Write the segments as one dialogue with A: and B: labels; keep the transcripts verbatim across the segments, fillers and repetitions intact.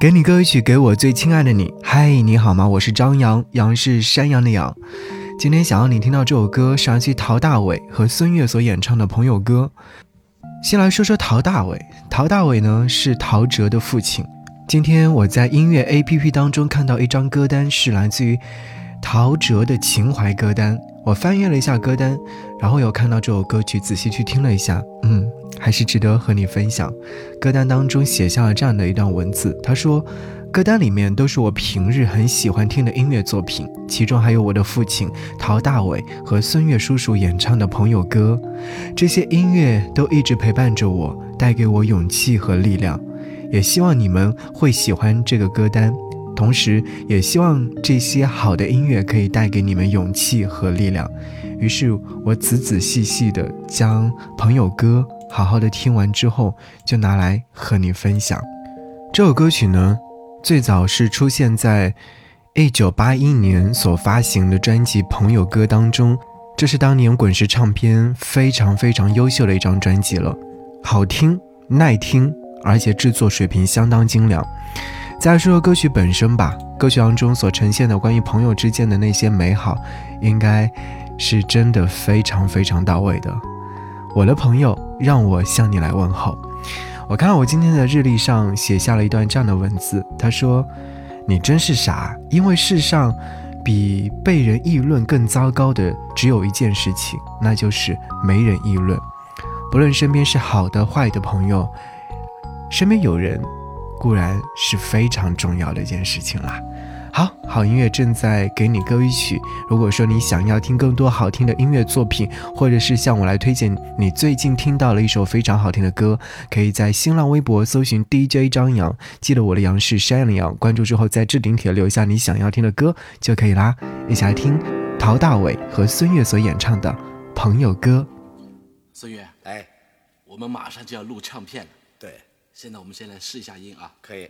A: 给你歌曲，给我最亲爱的你。嗨，你好吗？我是张扬，杨是山羊的羊。今天想要你听到这首歌，是来自陶大伟和孙悦所演唱的《朋友歌》。先来说说陶大伟，陶大伟呢是陶喆的父亲。今天我在音乐 A P P 当中看到一张歌单，是来自于陶喆的情怀歌单。我翻阅了一下歌单，然后有看到这首歌曲，仔细去听了一下，嗯，还是值得和你分享。歌单当中写下了这样的一段文字，他说，歌单里面都是我平日很喜欢听的音乐作品，其中还有我的父亲陶大伟和孙悦叔叔演唱的朋友歌，这些音乐都一直陪伴着我，带给我勇气和力量。也希望你们会喜欢这个歌单，同时也希望这些好的音乐可以带给你们勇气和力量。于是我仔仔细细地将朋友歌好好的听完之后，就拿来和你分享。这首歌曲呢，最早是出现在一九八一年所发行的专辑《朋友歌》当中，这是当年滚石唱片非常非常优秀的一张专辑了，好听耐听，而且制作水平相当精良。再来说说歌曲本身吧，歌曲当中所呈现的关于朋友之间的那些美好，应该是真的非常非常到位的。我的朋友让我向你来问候。我看到我今天的日历上写下了一段这样的文字，他说，你真是傻，因为世上比被人议论更糟糕的只有一件事情，那就是没人议论。不论身边是好的坏的朋友，身边有人固然是非常重要的一件事情啦。好好音乐正在给你歌一曲，如果说你想要听更多好听的音乐作品，或者是向我来推荐你最近听到了一首非常好听的歌，可以在新浪微博搜寻 D J 张扬，记得我的杨是山羊的羊，关注之后在置顶帖留下你想要听的歌就可以啦。一起来听陶大伟和孙悦所演唱的朋友歌。
B: 孙悦，哎，我们马上就要录唱片了。
C: 对，
B: 现在我们先来试一下音啊。
C: 可以。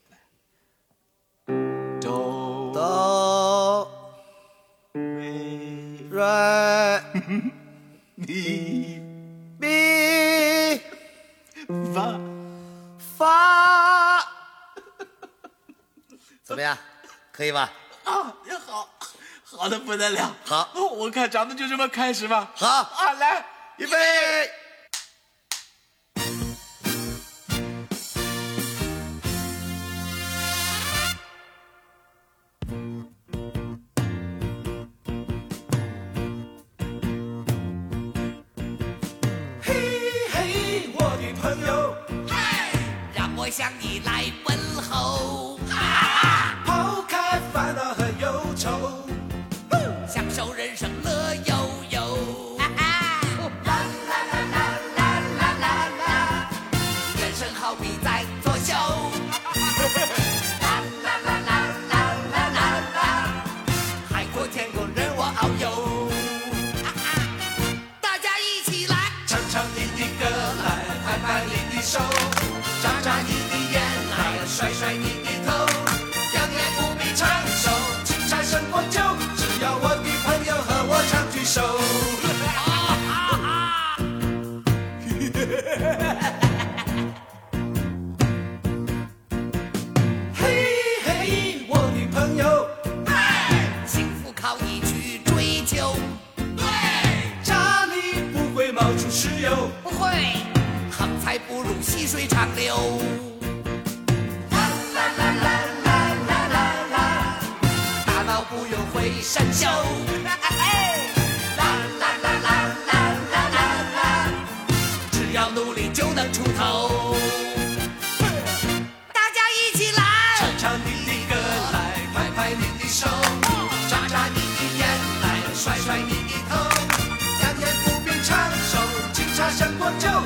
B: 哆
C: 哆
B: 咪
C: 瑞
B: 咪
C: 咪
B: 发
C: 发，怎么样？可以吧？
B: 啊，也好，好的不得了。
C: 好，
B: 我看咱们就这么开始吧。
C: 好
B: 啊，来，
C: 预备。
D: 向你来问候，
E: 抛开烦恼和忧愁，
D: 享受人生乐悠悠。啦啦啦啦啦啦啦啦，人生好比在作秀。啦啦啦啦啦啦啦啦，海阔天空任我遨游。大家一起来，
E: 唱唱你的歌来，拍拍你的手，眨眨你的眼来，甩甩你的头，养眼不必长寿，青菜胜过酒，只要我的朋友和我唱举手。嘿嘿，我的朋友，
D: 幸福靠你去追求。
E: 对，家里不会冒出石油，
D: 不会，横财不入细水长流。啦啦啦啦啦啦啦，大脑不用会生锈。啦啦啦啦啦啦啦啦，只要努力就能出头。大家一起来，
E: 唱唱你的歌来，拍拍你的手，眨眨你的眼来，甩甩你的头，养眼不必长寿，警察胜过酒。